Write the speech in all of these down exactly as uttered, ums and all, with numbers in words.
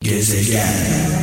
Gezegen.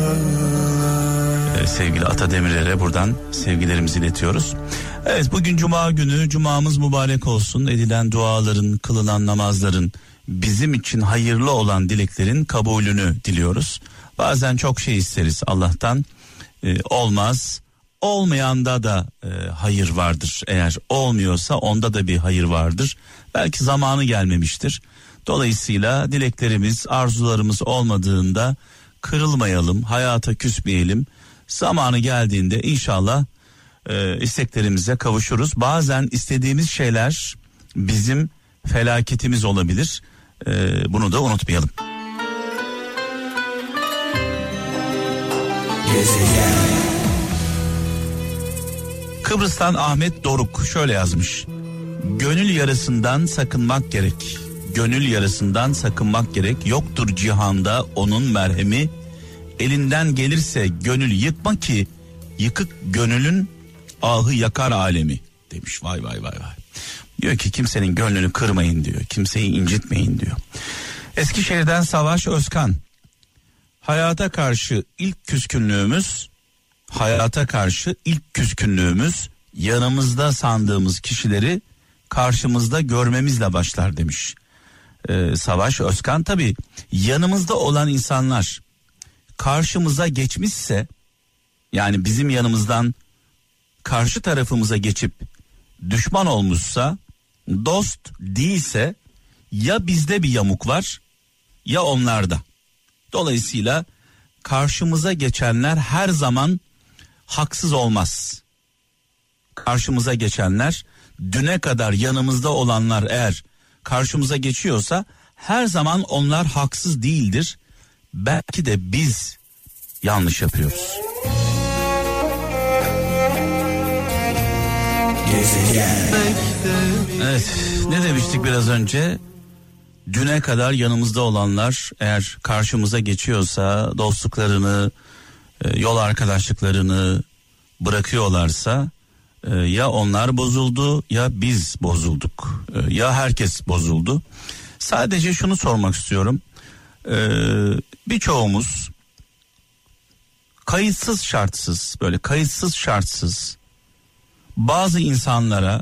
Ee, sevgili Ata Demirer'e buradan sevgilerimizi iletiyoruz. Evet, bugün Cuma günü, Cuma'mız mübarek olsun. Edilen duaların, kılınan namazların, bizim için hayırlı olan dileklerin kabulünü diliyoruz. Bazen çok şey isteriz Allah'tan, ee, olmaz. Olmayanda da e, hayır vardır. Eğer olmuyorsa onda da bir hayır vardır. Belki zamanı gelmemiştir. Dolayısıyla dileklerimiz, arzularımız olmadığında kırılmayalım, hayata küsmeyelim. Zamanı geldiğinde inşallah e, isteklerimize kavuşuruz. Bazen istediğimiz şeyler bizim felaketimiz olabilir. E, bunu da unutmayalım. Gezegen. Kıbrıs'tan Ahmet Doruk şöyle yazmış. Gönül yarasından sakınmak gerek. Gönül yarasından sakınmak gerek. Yoktur cihanda onun merhemi. Elinden gelirse gönül yıkma ki yıkık gönülün ahı yakar alemi demiş. Vay vay vay vay. Diyor ki kimsenin gönlünü kırmayın diyor. Kimseyi incitmeyin diyor. Eskişehir'den Savaş Özkan. Hayata karşı ilk küskünlüğümüz, hayata karşı ilk küskünlüğümüz yanımızda sandığımız kişileri karşımızda görmemizle başlar demiş. Ee, Savaş Özkan, tabii yanımızda olan insanlar karşımıza geçmişse, yani bizim yanımızdan karşı tarafımıza geçip düşman olmuşsa, dost değilse ya bizde bir yamuk var ya onlarda. Dolayısıyla karşımıza geçenler her zaman haksız olmaz. Karşımıza geçenler, düne kadar yanımızda olanlar eğer karşımıza geçiyorsa her zaman onlar haksız değildir. Belki de biz yanlış yapıyoruz. Gezegen. Evet, ne demiştik biraz önce? Düne kadar yanımızda olanlar eğer karşımıza geçiyorsa, dostluklarını, yol arkadaşlıklarını bırakıyorlarsa ya onlar bozuldu ya biz bozulduk, ya herkes bozuldu. Sadece şunu sormak istiyorum. Birçoğumuz kayıtsız şartsız, böyle kayıtsız şartsız bazı insanlara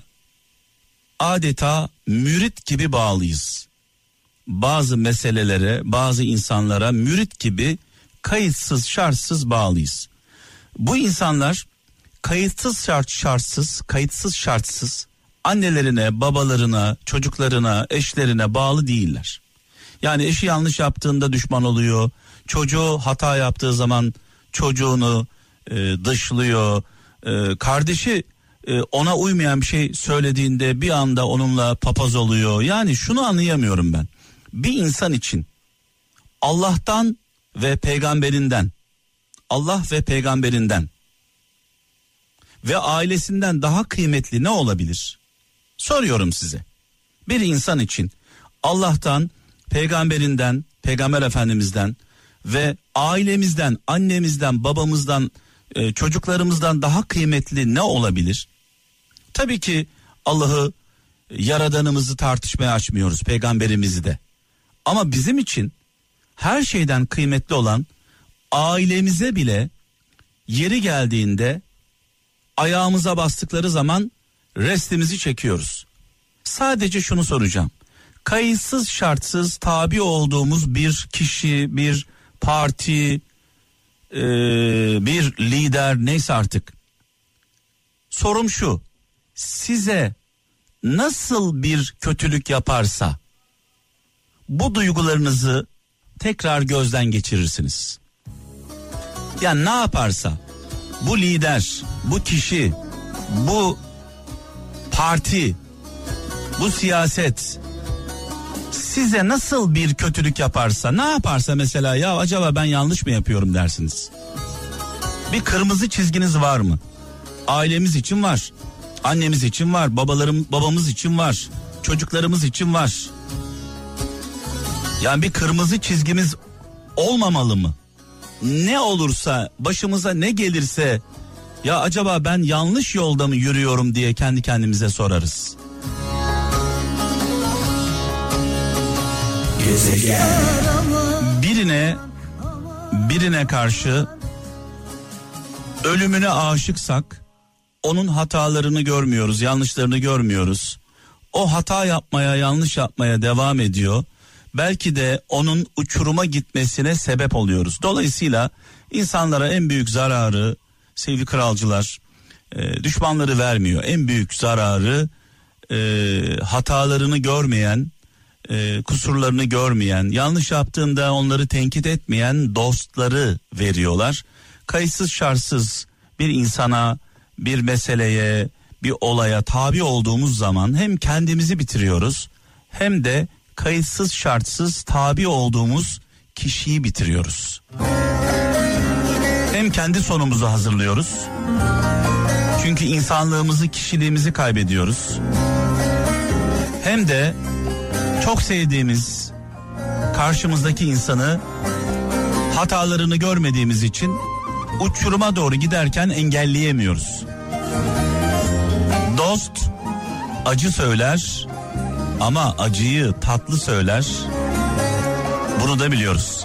adeta mürit gibi bağlıyız. Bazı meselelere, bazı insanlara mürit gibi kayıtsız şartsız bağlıyız. Bu insanlar kayıtsız şart şartsız, kayıtsız şartsız annelerine, babalarına, çocuklarına, eşlerine bağlı değiller. Yani eşi yanlış yaptığında düşman oluyor. Çocuğu hata yaptığı zaman çocuğunu e, dışlıyor. E, kardeşi e, ona uymayan bir şey söylediğinde bir anda onunla papaz oluyor. Yani şunu anlayamıyorum ben. Bir insan için Allah'tan ve peygamberinden, Allah ve peygamberinden ve ailesinden daha kıymetli ne olabilir? Soruyorum size. Bir insan için Allah'tan, peygamberinden, peygamber efendimizden ve ailemizden, annemizden, babamızdan, e, çocuklarımızdan daha kıymetli ne olabilir? Tabii ki Allah'ı, yaradanımızı tartışmaya açmıyoruz, peygamberimizi de. Ama bizim için her şeyden kıymetli olan ailemize bile yeri geldiğinde ayağımıza bastıkları zaman restimizi çekiyoruz. Sadece şunu soracağım. Kayıtsız şartsız tabi olduğumuz bir kişi, bir parti, e, bir lider, neyse artık. Sorum şu: size nasıl bir kötülük yaparsa bu duygularınızı tekrar gözden geçirirsiniz. Yani ne yaparsa bu lider, bu kişi, bu parti, bu siyaset size nasıl bir kötülük yaparsa, ne yaparsa mesela, ya acaba ben yanlış mı yapıyorum dersiniz. Bir kırmızı çizginiz var mı? Ailemiz için var, annemiz için var, babalarım, babamız için var, çocuklarımız için var. Yani bir kırmızı çizgimiz olmamalı mı? Ne olursa, başımıza ne gelirse, ya acaba ben yanlış yolda mı yürüyorum diye kendi kendimize sorarız. Gezegen. Birine birine karşı ölümüne aşıksak onun hatalarını görmüyoruz, yanlışlarını görmüyoruz. O hata yapmaya, yanlış yapmaya devam ediyor. Belki de onun uçuruma gitmesine sebep oluyoruz. Dolayısıyla insanlara en büyük zararı sevgili kralcılar, e, düşmanları vermiyor. En büyük zararı e, hatalarını görmeyen, e, kusurlarını görmeyen, yanlış yaptığında onları tenkit etmeyen dostları veriyorlar. Kayıtsız şartsız bir insana, bir meseleye, bir olaya tabi olduğumuz zaman hem kendimizi bitiriyoruz hem de kayıtsız şartsız tabi olduğumuz kişiyi bitiriyoruz. Hem kendi sonumuzu hazırlıyoruz. Çünkü insanlığımızı, kişiliğimizi kaybediyoruz. Hem de çok sevdiğimiz karşımızdaki insanı hatalarını görmediğimiz için uçuruma doğru giderken engelleyemiyoruz. Dost acı söyler ama acıyı tatlı söyler. Bunu da biliyoruz.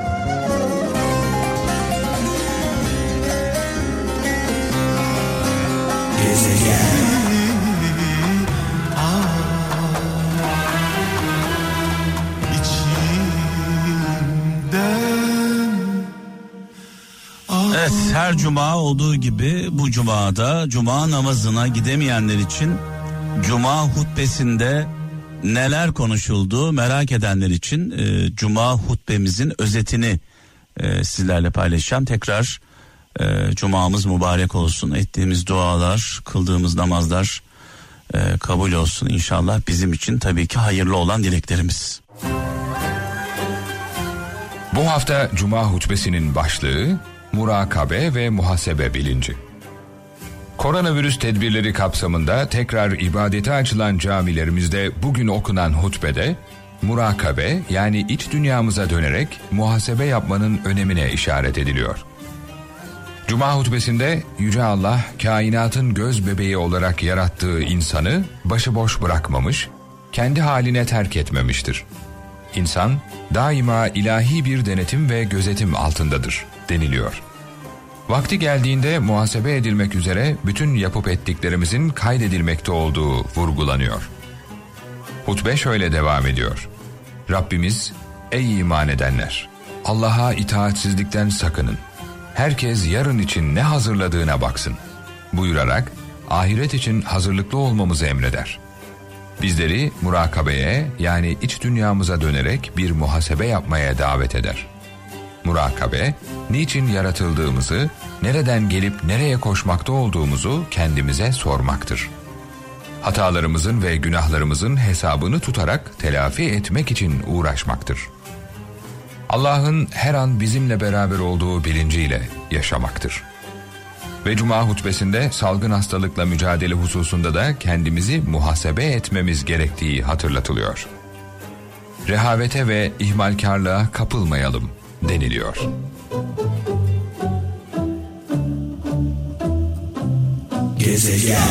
Evet, her cuma olduğu gibi bu cumada cuma namazına gidemeyenler için cuma hutbesinde neler konuşuldu merak edenler için e, cuma hutbemizin özetini e, sizlerle paylaşacağım. Tekrar e, cumamız mübarek olsun, ettiğimiz dualar, kıldığımız namazlar e, kabul olsun inşallah. Bizim için tabii ki hayırlı olan dileklerimiz. Bu hafta cuma hutbesinin başlığı murakabe ve muhasebe bilinci. Koronavirüs tedbirleri kapsamında tekrar ibadete açılan camilerimizde bugün okunan hutbede murakabe, yani iç dünyamıza dönerek muhasebe yapmanın önemine işaret ediliyor. Cuma hutbesinde Yüce Allah kainatın göz bebeği olarak yarattığı insanı başıboş bırakmamış, kendi haline terk etmemiştir. İnsan daima ilahi bir denetim ve gözetim altındadır deniliyor. Vakti geldiğinde muhasebe edilmek üzere bütün yapıp ettiklerimizin kaydedilmekte olduğu vurgulanıyor. Hutbe şöyle devam ediyor. Rabbimiz, ey iman edenler! Allah'a itaatsizlikten sakının. Herkes yarın için ne hazırladığına baksın buyurarak ahiret için hazırlıklı olmamızı emreder. Bizleri murakabeye, yani iç dünyamıza dönerek bir muhasebe yapmaya davet eder. Murakabe, niçin yaratıldığımızı, nereden gelip nereye koşmakta olduğumuzu kendimize sormaktır. Hatalarımızın ve günahlarımızın hesabını tutarak telafi etmek için uğraşmaktır. Allah'ın her an bizimle beraber olduğu bilinciyle yaşamaktır. Ve cuma hutbesinde salgın hastalıkla mücadele hususunda da kendimizi muhasebe etmemiz gerektiği hatırlatılıyor. Rehavete ve ihmalkarlığa kapılmayalım deniliyor. Gezegen.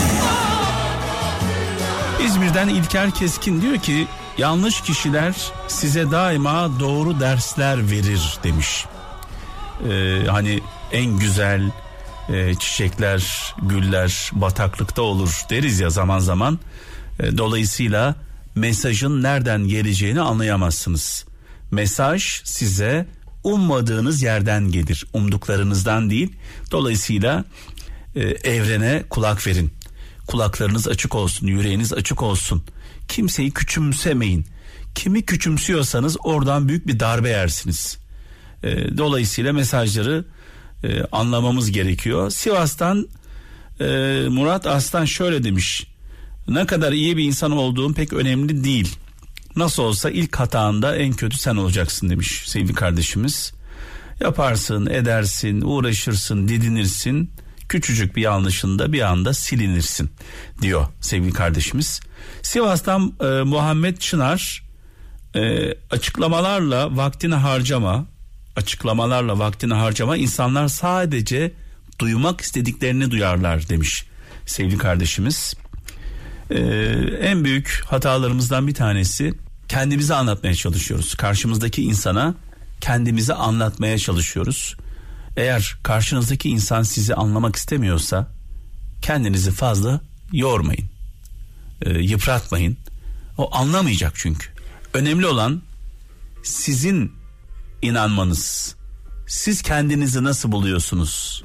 İzmir'den İlker Keskin diyor ki yanlış kişiler size daima doğru dersler verir demiş. Ee, hani en güzel e, çiçekler, güller bataklıkta olur deriz ya zaman zaman. E, dolayısıyla mesajın nereden geleceğini anlayamazsınız. Mesaj size ummadığınız yerden gelir, umduklarınızdan değil. Dolayısıyla e, evrene kulak verin. Kulaklarınız açık olsun, yüreğiniz açık olsun. Kimseyi küçümsemeyin. Kimi küçümsüyorsanız oradan büyük bir darbe yersiniz. E, dolayısıyla mesajları e, anlamamız gerekiyor. Sivas'tan e, Murat Aslan şöyle demiş. Ne kadar iyi bir insan olduğun pek önemli değil. Nasıl olsa ilk hatanda en kötü sen olacaksın demiş sevgili kardeşimiz. Yaparsın, edersin, uğraşırsın, didinirsin. Küçücük bir yanlışında bir anda silinirsin diyor sevgili kardeşimiz. Sivas'tan e, Muhammed Çınar e, açıklamalarla vaktini harcama, açıklamalarla vaktini harcama, insanlar sadece duymak istediklerini duyarlar demiş sevgili kardeşimiz. E, en büyük hatalarımızdan bir tanesi kendimizi anlatmaya çalışıyoruz. Karşımızdaki insana kendimizi anlatmaya çalışıyoruz. Eğer karşınızdaki insan sizi anlamak istemiyorsa kendinizi fazla yormayın, e, yıpratmayın. O anlamayacak çünkü. Önemli olan sizin inanmanız. Siz kendinizi nasıl buluyorsunuz?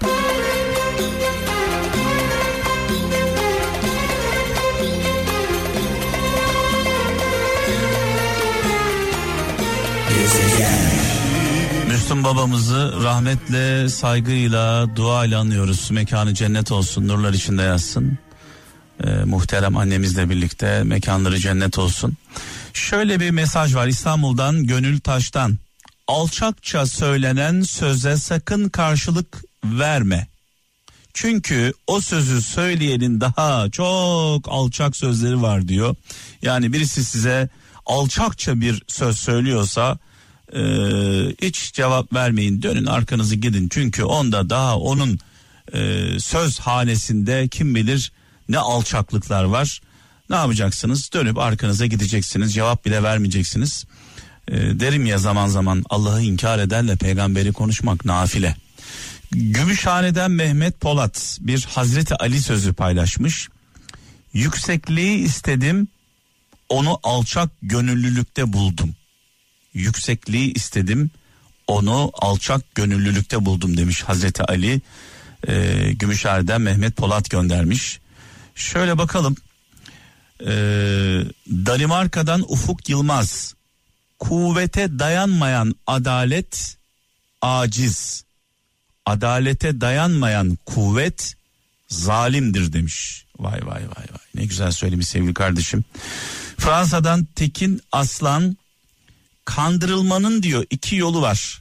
Müslüm babamızı rahmetle, saygıyla, duayla anıyoruz. Mekanı cennet olsun, nurlar içinde yatsın. Ee, muhterem annemizle birlikte mekanları cennet olsun. Şöyle bir mesaj var İstanbul'dan, Gönül Taş'tan. Alçakça söylenen söze sakın karşılık verme. Çünkü o sözü söyleyenin daha çok alçak sözleri var diyor. Yani birisi size alçakça bir söz söylüyorsa e, hiç cevap vermeyin, dönün arkanızı gidin. Çünkü onda daha onun e, söz hanesinde kim bilir ne alçaklıklar var. Ne yapacaksınız? Dönüp arkanıza gideceksiniz, cevap bile vermeyeceksiniz. E, derim ya zaman zaman, Allah'ı inkar ederle peygamberi konuşmak nafile. Gümüşhane'den Mehmet Polat bir Hazreti Ali sözü paylaşmış. Yüksekliği istedim, onu alçak gönüllülükte buldum. Yüksekliği istedim, onu alçak gönüllülükte buldum demiş Hazreti Ali. E, Gümüşhane'den Mehmet Polat göndermiş. Şöyle bakalım. E, Danimarka'dan Ufuk Yılmaz. Kuvvete dayanmayan adalet aciz. Adalete dayanmayan kuvvet zalimdir demiş. Vay vay vay vay. Ne güzel söylemiş sevgili kardeşim. Fransa'dan Tekin Aslan, kandırılmanın diyor iki yolu var.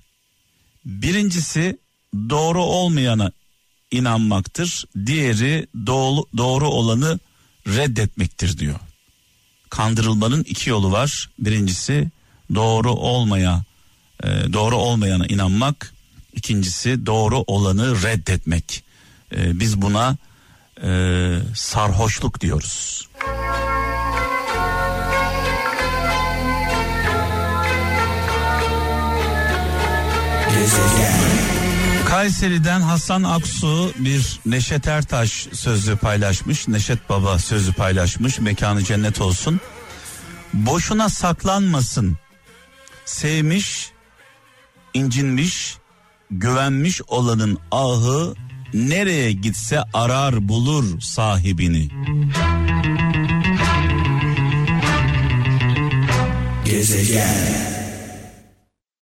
Birincisi doğru olmayana inanmaktır. Diğeri doğru, doğru olanı reddetmektir diyor. Kandırılmanın iki yolu var. Birincisi doğru olmaya, e, doğru olmayana inanmak. İkincisi doğru olanı reddetmek. E, biz buna e, sarhoşluk diyoruz. Kayseri'den Hasan Aksu bir Neşet Ertaş sözü paylaşmış. Neşet Baba sözü paylaşmış. Mekanı cennet olsun. Boşuna saklanmasın. Sevmiş, incinmiş, güvenmiş olanın ahı nereye gitse arar bulur sahibini. Gezegen.